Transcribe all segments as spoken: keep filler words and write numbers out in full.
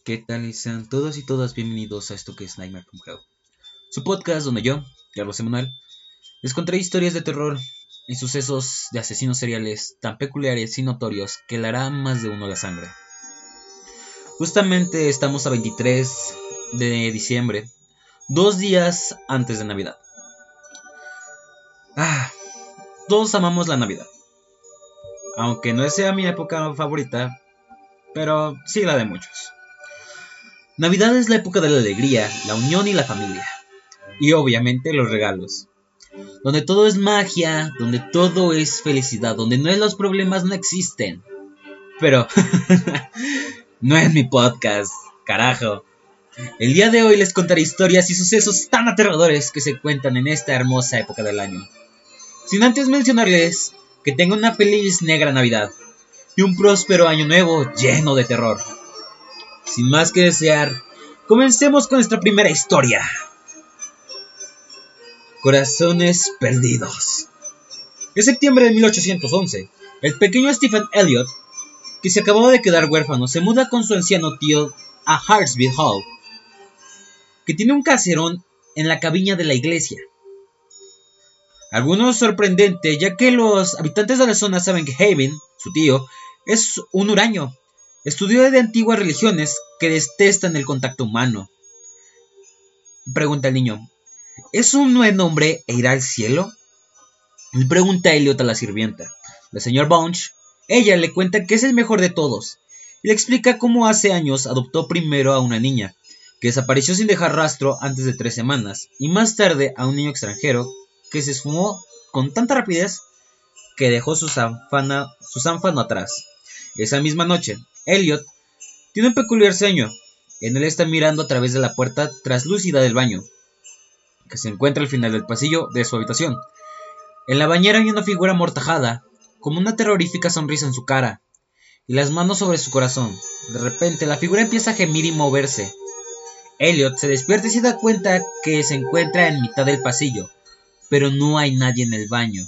¿Qué tal? Y sean todos y todas bienvenidos a esto que es Nightmare from Hell, su podcast donde yo, Carlos Emanuel, les contaré historias de terror y sucesos de asesinos seriales tan peculiares y notorios que le harán más de uno la sangre. Justamente estamos a veintitrés de diciembre, dos días antes de Navidad. Ah, todos amamos la Navidad, aunque no sea mi época favorita, pero sí la de muchos. Navidad es la época de la alegría, la unión y la familia. Y obviamente los regalos. Donde todo es magia, donde todo es felicidad, donde no es los problemas no existen. Pero no es mi podcast, carajo. El día de hoy les contaré historias y sucesos tan aterradores que se cuentan en esta hermosa época del año. Sin antes mencionarles que tengan una feliz negra Navidad y un próspero año nuevo lleno de terror. Sin más que desear, comencemos con nuestra primera historia. Corazones perdidos. Es septiembre de mil ochocientos once. El pequeño Stephen Elliott, que se acababa de quedar huérfano, se muda con su anciano tío a Hartsville Hall, que tiene un caserón en la cabina de la iglesia. Algo sorprendente, ya que los habitantes de la zona saben que Haven, su tío, es un huraño. Estudió de antiguas religiones que detestan el contacto humano. Pregunta el niño: ¿es un buen hombre e irá al cielo? Le pregunta Elliot a la sirvienta, la señora Bunch. Ella le cuenta que es el mejor de todos y le explica cómo hace años adoptó primero a una niña que desapareció sin dejar rastro antes de tres semanas, y más tarde a un niño extranjero que se esfumó con tanta rapidez que dejó su zánfano, su zánfano atrás. Esa misma noche, Elliot tiene un peculiar sueño. En él está mirando a través de la puerta traslúcida del baño, que se encuentra al final del pasillo de su habitación. En la bañera hay una figura amortajada, con una terrorífica sonrisa en su cara, y las manos sobre su corazón. De repente, la figura empieza a gemir y moverse. Elliot se despierta y se da cuenta que se encuentra en mitad del pasillo, pero no hay nadie en el baño.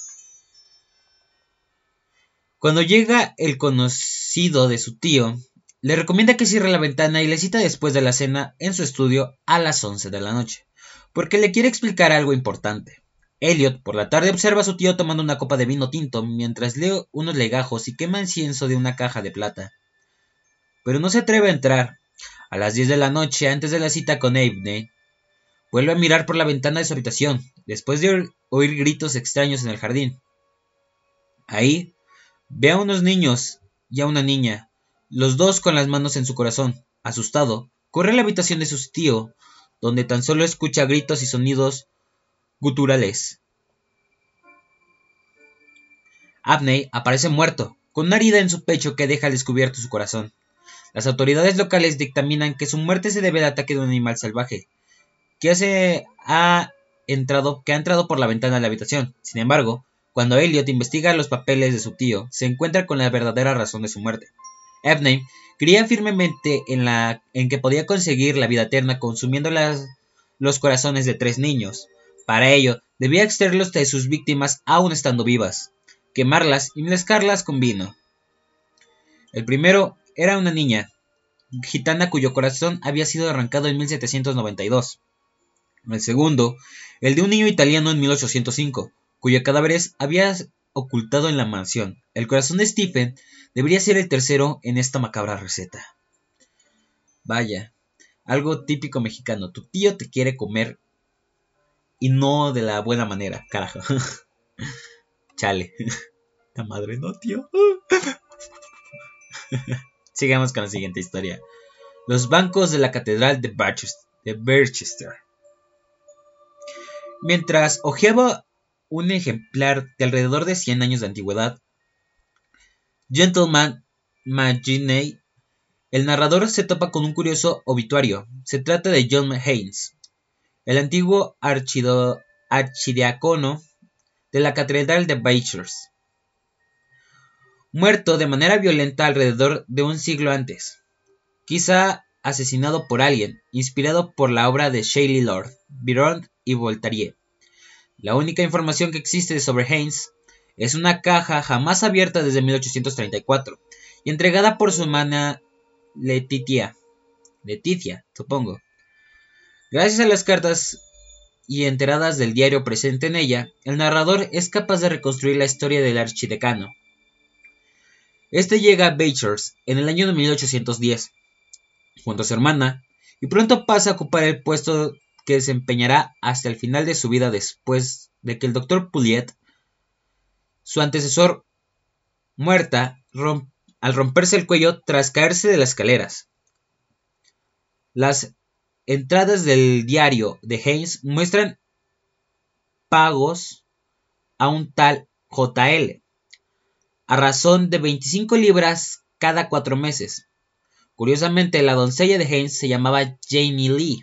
Cuando llega el conocido de su tío, le recomienda que cierre la ventana y le cita después de la cena en su estudio a las once de la noche, porque le quiere explicar algo importante. Elliot por la tarde observa a su tío tomando una copa de vino tinto mientras lee unos legajos y quema incienso de una caja de plata. Pero no se atreve a entrar. A las diez de la noche, antes de la cita con Abney, vuelve a mirar por la ventana de su habitación, después de oír gritos extraños en el jardín. Ahí ve a unos niños y a una niña, los dos con las manos en su corazón. Asustado, corre a la habitación de su tío, donde tan solo escucha gritos y sonidos guturales. Abney aparece muerto, con una herida en su pecho que deja al descubierto su corazón. Las autoridades locales dictaminan que su muerte se debe al ataque de un animal salvaje, que, hace, ha entrado, que ha entrado por la ventana de la habitación. Sin embargo, cuando Elliot investiga los papeles de su tío, se encuentra con la verdadera razón de su muerte. Abney creía firmemente en, la, en que podía conseguir la vida eterna consumiendo las, los corazones de tres niños. Para ello, debía extraerlos de sus víctimas aún estando vivas, quemarlas y mezclarlas con vino. El primero era una niña gitana cuyo corazón había sido arrancado en mil setecientos noventa y dos. El segundo, el de un niño italiano en mil ochocientos cinco, cuyo cadáver había ocultado en la mansión. El corazón de Stephen debería ser el tercero en esta macabra receta. Vaya, algo típico mexicano. Tu tío te quiere comer y no de la buena manera, carajo. Chale. La madre, no, tío. Sigamos con la siguiente historia. Los bancos de la catedral de Barchester. Mientras hojeaba un ejemplar de alrededor de cien años de antigüedad, Gentleman Maginey, el narrador se topa con un curioso obituario. Se trata de John Haynes, el antiguo archido, archidiácono de la catedral de Barchester, muerto de manera violenta alrededor de un siglo antes, quizá asesinado por alguien, inspirado por la obra de Shelley Lord, Byron y Voltaire. La única información que existe sobre Haynes es una caja jamás abierta desde mil ochocientos treinta y cuatro y entregada por su hermana Letitia. Leticia, supongo. Gracias a las cartas y enteradas del diario presente en ella, el narrador es capaz de reconstruir la historia del archidecano. Este llega a Bachers en el año de mil ochocientos diez, junto a su hermana, y pronto pasa a ocupar el puesto que desempeñará hasta el final de su vida después de que el doctor Pouliot, su antecesor, muerta romp al romperse el cuello tras caerse de las escaleras. Las entradas del diario de Haynes muestran pagos a un tal J L, a razón de veinticinco libras cada cuatro meses. Curiosamente, la doncella de Haynes se llamaba Janie Lee.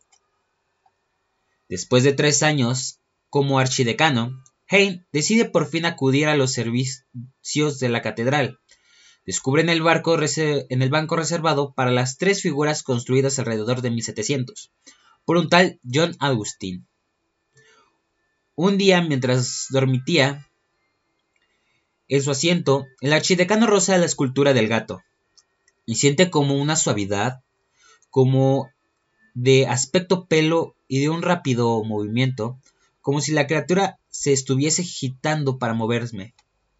Después de tres años como archidecano, Haynes decide por fin acudir a los servicios de la catedral. Descubren el, barco en el banco reservado para las tres figuras construidas alrededor de mil setecientos, por un tal John Augustine. Un día, mientras dormitía en su asiento, el archidecano roza la escultura del gato, y siente como una suavidad, como de aspecto pelo y de un rápido movimiento, como si la criatura se estuviese agitando para moverse.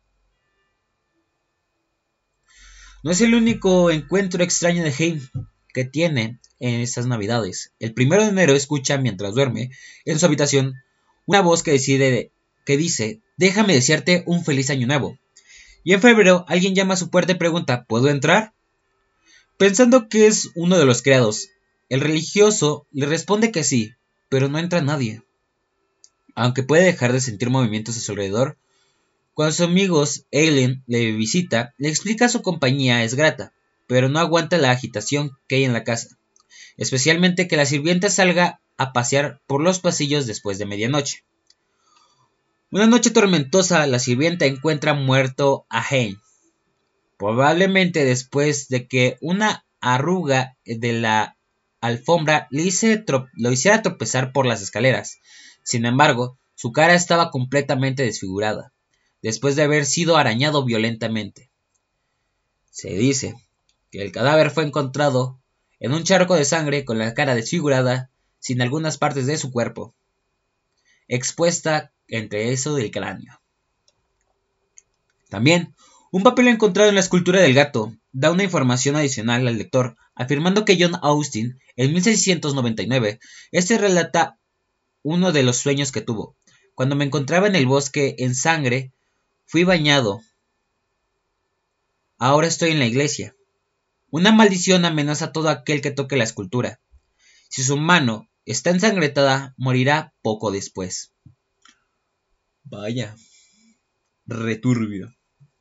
No es el único encuentro extraño de Haynes que tiene en estas navidades. El primero de enero escucha mientras duerme en su habitación una voz que decide que dice: déjame desearte un feliz año nuevo. Y en febrero alguien llama a su puerta y pregunta: ¿puedo entrar? Pensando que es uno de los criados, el religioso le responde que sí, pero no entra nadie. Aunque puede dejar de sentir movimientos a su alrededor, cuando sus amigos Eileen le visita, le explica su compañía es grata, pero no aguanta la agitación que hay en la casa, especialmente que la sirvienta salga a pasear por los pasillos después de medianoche. Una noche tormentosa, la sirvienta encuentra muerto a Haynes, probablemente después de que una arruga de la alfombra le hice lo hiciera tropezar por las escaleras. Sin embargo, su cara estaba completamente desfigurada, después de haber sido arañado violentamente. Se dice que el cadáver fue encontrado en un charco de sangre con la cara desfigurada, sin algunas partes de su cuerpo, expuesta entre eso del cráneo. También, un papel encontrado en la escultura del gato da una información adicional al lector, afirmando que John Austin, en mil seiscientos noventa y nueve, este relata uno de los sueños que tuvo. Cuando me encontraba en el bosque en sangre, fui bañado. Ahora estoy en la iglesia. Una maldición amenaza a todo aquel que toque la escultura. Si su mano está ensangrentada, morirá poco después. Vaya, returbio.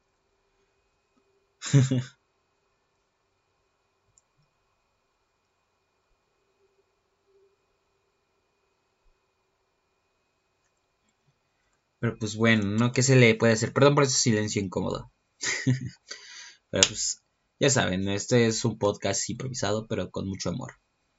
Pero pues bueno, ¿no? ¿Qué se le puede hacer? Perdón por ese silencio incómodo. Pero pues, ya saben, este es un podcast improvisado, pero con mucho amor.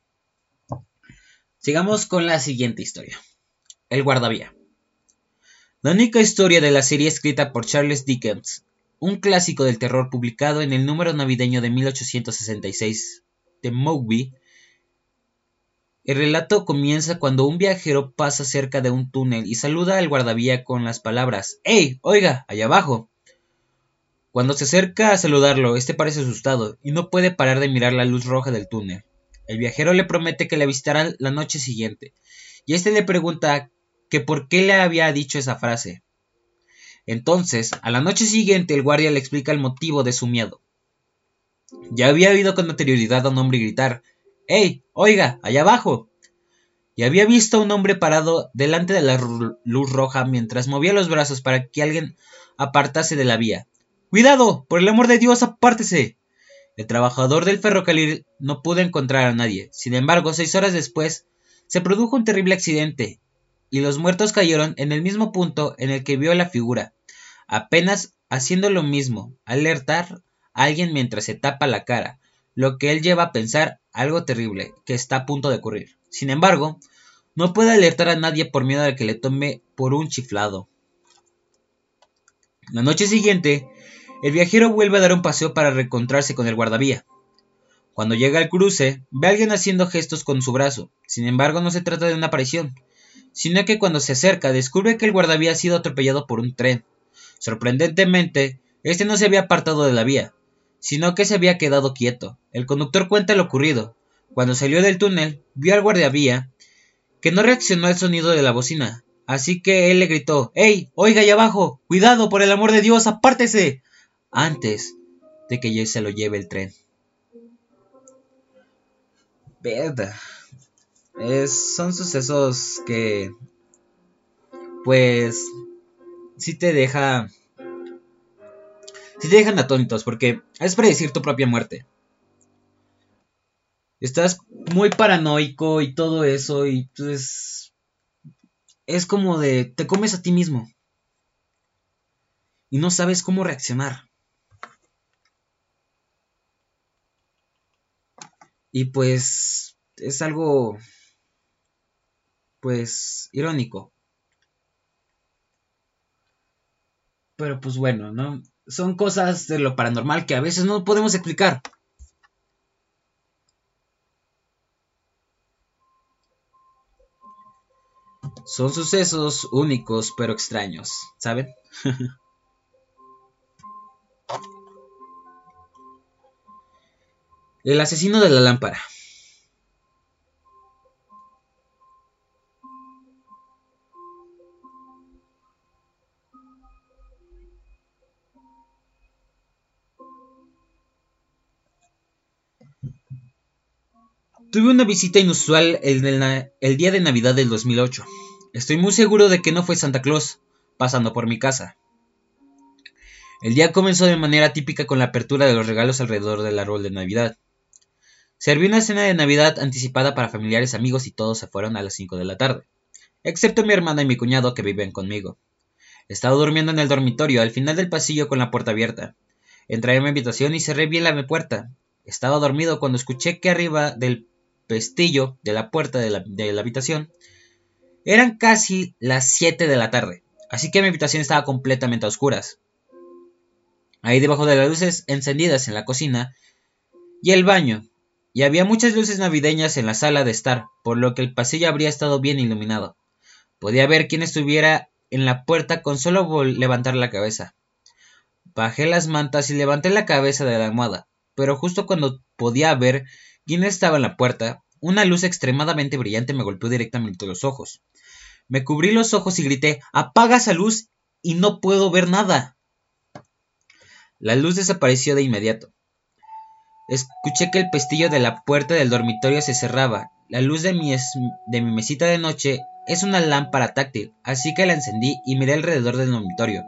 Sigamos con la siguiente historia. El guardavía. La única historia de la serie escrita por Charles Dickens, un clásico del terror publicado en el número navideño de mil ochocientos sesenta y seis de Moby. El relato comienza cuando un viajero pasa cerca de un túnel y saluda al guardavía con las palabras: ¡Hey, oiga, allá abajo! Cuando se acerca a saludarlo, este parece asustado y no puede parar de mirar la luz roja del túnel. El viajero le promete que le visitará la noche siguiente, y este le pregunta que por qué le había dicho esa frase. Entonces, a la noche siguiente, el guardia le explica el motivo de su miedo. Ya había oído con anterioridad a un hombre gritar: ¡Hey, oiga, allá abajo! Y había visto a un hombre parado delante de la luz roja mientras movía los brazos para que alguien apartase de la vía. ¡Cuidado! ¡Por el amor de Dios, apártese! El trabajador del ferrocarril no pudo encontrar a nadie. Sin embargo, seis horas después, se produjo un terrible accidente, y los muertos cayeron en el mismo punto en el que vio la figura, apenas haciendo lo mismo, alertar a alguien mientras se tapa la cara, lo que él lleva a pensar algo terrible que está a punto de ocurrir. Sin embargo, no puede alertar a nadie por miedo a que le tome por un chiflado. La noche siguiente, el viajero vuelve a dar un paseo para reencontrarse con el guardavía. Cuando llega al cruce, ve a alguien haciendo gestos con su brazo. Sin embargo, no se trata de una aparición, sino que cuando se acerca descubre que el guarda había sido atropellado por un tren. Sorprendentemente, este no se había apartado de la vía, sino que se había quedado quieto. El conductor cuenta lo ocurrido. Cuando salió del túnel, vio al guardiavía que no reaccionó al sonido de la bocina, así que él le gritó: «¡Ey, oiga allá abajo! ¡Cuidado, por el amor de Dios, apártese!», antes de que ya se lo lleve el tren. Verdad. Es, son sucesos que, pues, sí te deja, sí te dejan atónitos, porque es predecir tu propia muerte. Estás muy paranoico y todo eso, y pues es como de te comes a ti mismo y no sabes cómo reaccionar. Y pues es algo, pues, irónico. Pero pues bueno, ¿no? Son cosas de lo paranormal que a veces no podemos explicar. Son sucesos únicos pero extraños, ¿saben? El asesino de la lámpara. Tuve una visita inusual el, de la- el día de Navidad del dos mil ocho. Estoy muy seguro de que no fue Santa Claus pasando por mi casa. El día comenzó de manera típica con la apertura de los regalos alrededor del árbol de Navidad. Serví una cena de Navidad anticipada para familiares, amigos y todos se fueron a las cinco de la tarde, excepto mi hermana y mi cuñado que viven conmigo. Estaba durmiendo en el dormitorio, al final del pasillo con la puerta abierta. Entré a mi habitación y cerré bien la puerta. Estaba dormido cuando escuché que arriba del pestillo de la puerta de la, de la habitación eran casi las siete de la tarde, así que mi habitación estaba completamente a oscuras. Ahí debajo de las luces encendidas en la cocina y el baño, y había muchas luces navideñas en la sala de estar, por lo que el pasillo habría estado bien iluminado. Podía ver quién estuviera en la puerta con solo levantar la cabeza. Bajé las mantas y levanté la cabeza de la almohada, pero justo cuando podía ver quién estaba en la puerta, una luz extremadamente brillante me golpeó directamente los ojos. Me cubrí los ojos y grité: «¡Apaga esa luz! Y no puedo ver nada». La luz desapareció de inmediato. Escuché que el pestillo de la puerta del dormitorio se cerraba. La luz de mi, es de mi mesita de noche es una lámpara táctil, así que la encendí y miré alrededor del dormitorio.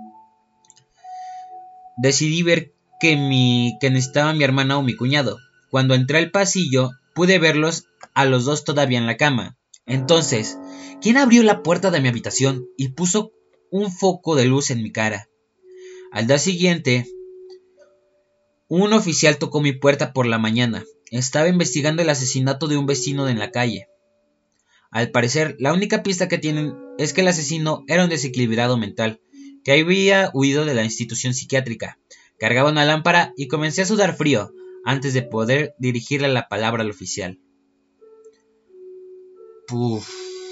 Decidí ver que, mi, que necesitaba mi hermana o mi cuñado. Cuando entré al pasillo, pude verlos a los dos todavía en la cama. Entonces, ¿quién abrió la puerta de mi habitación y puso un foco de luz en mi cara? Al día siguiente, un oficial tocó mi puerta por la mañana. Estaba investigando el asesinato de un vecino en la calle. Al parecer, la única pista que tienen es que el asesino era un desequilibrado mental, que había huido de la institución psiquiátrica. Cargaba una lámpara y comencé a sudar frío antes de poder dirigirle la palabra al oficial. Puf.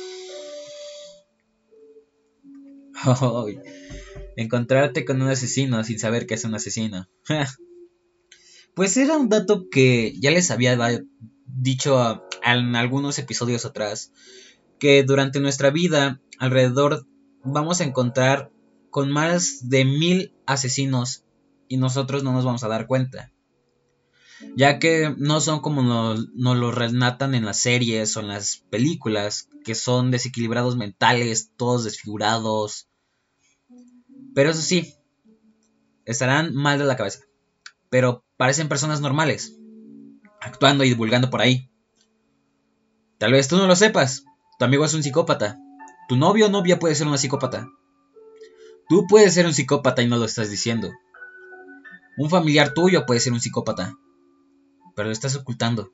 Oh, encontrarte con un asesino sin saber que es un asesino. Pues era un dato que ya les había dicho a, a, en algunos episodios atrás, que durante nuestra vida alrededor vamos a encontrar con más de mil asesinos y nosotros no nos vamos a dar cuenta, ya que no son como nos, nos lo relatan en las series o en las películas, que son desequilibrados mentales, todos desfigurados. Pero eso sí, estarán mal de la cabeza, pero parecen personas normales, actuando y divulgando por ahí. Tal vez tú no lo sepas, tu amigo es un psicópata, tu novio o novia puede ser una psicópata. Tú puedes ser un psicópata y no lo estás diciendo. Un familiar tuyo puede ser un psicópata, pero lo estás ocultando.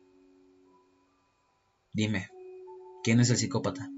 Dime, ¿quién es el psicópata?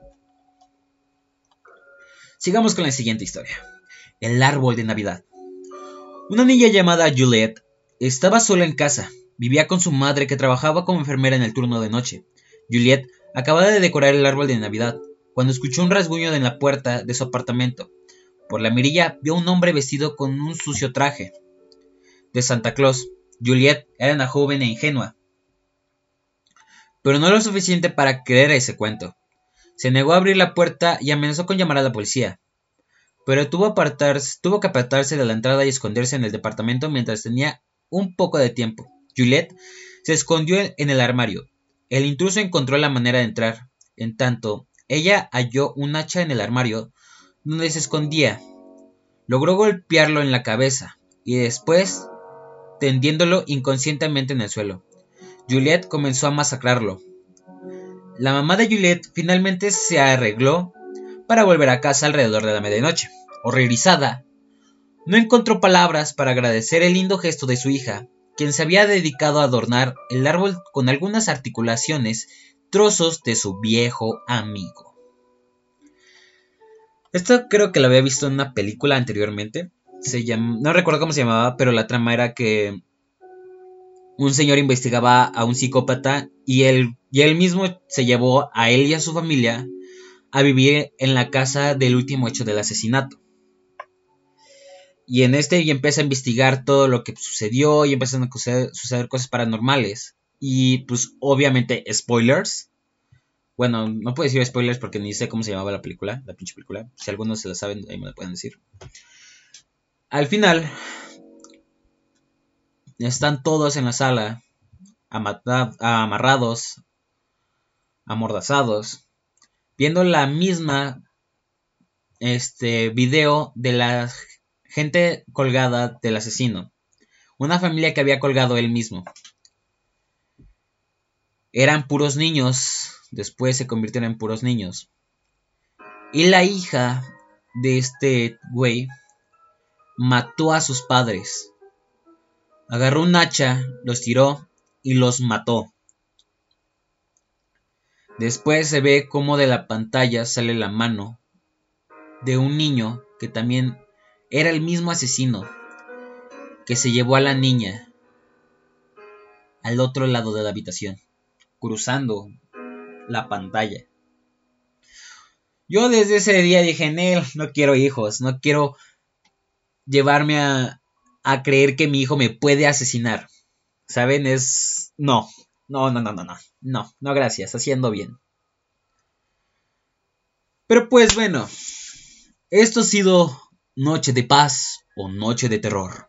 Sigamos con la siguiente historia. El árbol de Navidad. Una niña llamada Juliet estaba sola en casa. Vivía con su madre, que trabajaba como enfermera en el turno de noche. Juliet acababa de decorar el árbol de Navidad cuando escuchó un rasguño en la puerta de su apartamento. Por la mirilla vio a un hombre vestido con un sucio traje de Santa Claus. Juliet era una joven e ingenua, pero no lo suficiente para creer ese cuento. Se negó a abrir la puerta y amenazó con llamar a la policía, pero tuvo, apartarse, tuvo que apartarse de la entrada y esconderse en el departamento mientras tenía un poco de tiempo. Juliet se escondió en el armario. El intruso encontró la manera de entrar. En tanto, ella halló un hacha en el armario donde se escondía. Logró golpearlo en la cabeza y después tendiéndolo inconscientemente en el suelo. Juliet comenzó a masacrarlo. La mamá de Juliet finalmente se arregló para volver a casa alrededor de la medianoche. Horrorizada, no encontró palabras para agradecer el lindo gesto de su hija, quien se había dedicado a adornar el árbol con algunas articulaciones, trozos de su viejo amigo. Esto creo que lo había visto en una película anteriormente. Se llama, no recuerdo cómo se llamaba, pero la trama era que un señor investigaba a un psicópata y él, y él mismo se llevó a él y a su familia a vivir en la casa del último hecho del asesinato. Y en este y empieza a investigar todo lo que sucedió y empiezan a suceder, suceder cosas paranormales. Y pues obviamente spoilers. Bueno, no puedo decir spoilers porque ni sé cómo se llamaba la película, la pinche película. Si algunos se la saben, ahí me la pueden decir. Al final, están todos en la sala, amarrados, amordazados, viendo la misma este video de la gente colgada del asesino. Una familia que había colgado él mismo. Eran puros niños. Después se convirtieron en puros niños. Y la hija de este güey mató a sus padres. Agarró un hacha, los tiró y los mató. Después se ve cómo de la pantalla sale la mano de un niño que también era el mismo asesino, que se llevó a la niña al otro lado de la habitación, cruzando la pantalla. Yo desde ese día dije, Nel, no quiero hijos, no quiero llevarme a, a creer que mi hijo me puede asesinar. ¿Saben? Es... No, no, no, no, no, no, no, no, gracias, haciendo bien. Pero pues bueno, esto ha sido Noche de Paz o Noche de Terror.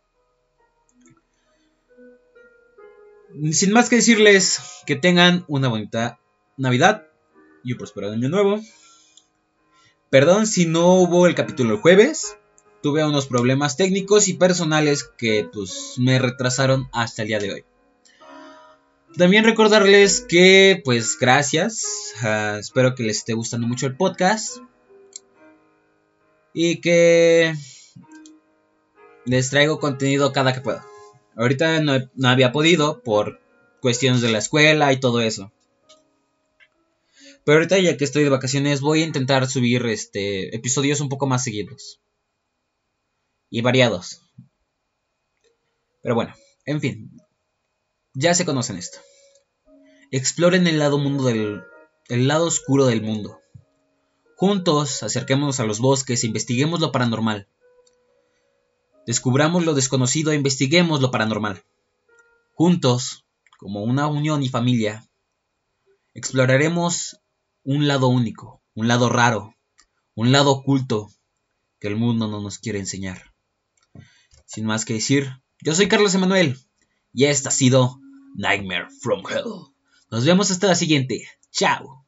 Sin más que decirles, que tengan una bonita Navidad y un próspero año nuevo. Perdón si no hubo el capítulo el jueves. Tuve unos problemas técnicos y personales que pues me retrasaron hasta el día de hoy. También recordarles que pues gracias. Uh, espero que les esté gustando mucho el podcast. Y que les traigo contenido cada que pueda. Ahorita no, no había podido por cuestiones de la escuela y todo eso. Pero ahorita ya que estoy de vacaciones voy a intentar subir este episodios un poco más seguidos. Y variados. Pero bueno, en fin. Ya se conocen esto. Exploren el lado mundo del el lado oscuro del mundo. Juntos acerquémonos a los bosques e investiguemos lo paranormal. Descubramos lo desconocido e investiguemos lo paranormal. Juntos, como una unión y familia, exploraremos un lado único, un lado raro, un lado oculto que el mundo no nos quiere enseñar. Sin más que decir, yo soy Carlos Emanuel y esta ha sido Nightmare from Hell. Nos vemos hasta la siguiente. Chao.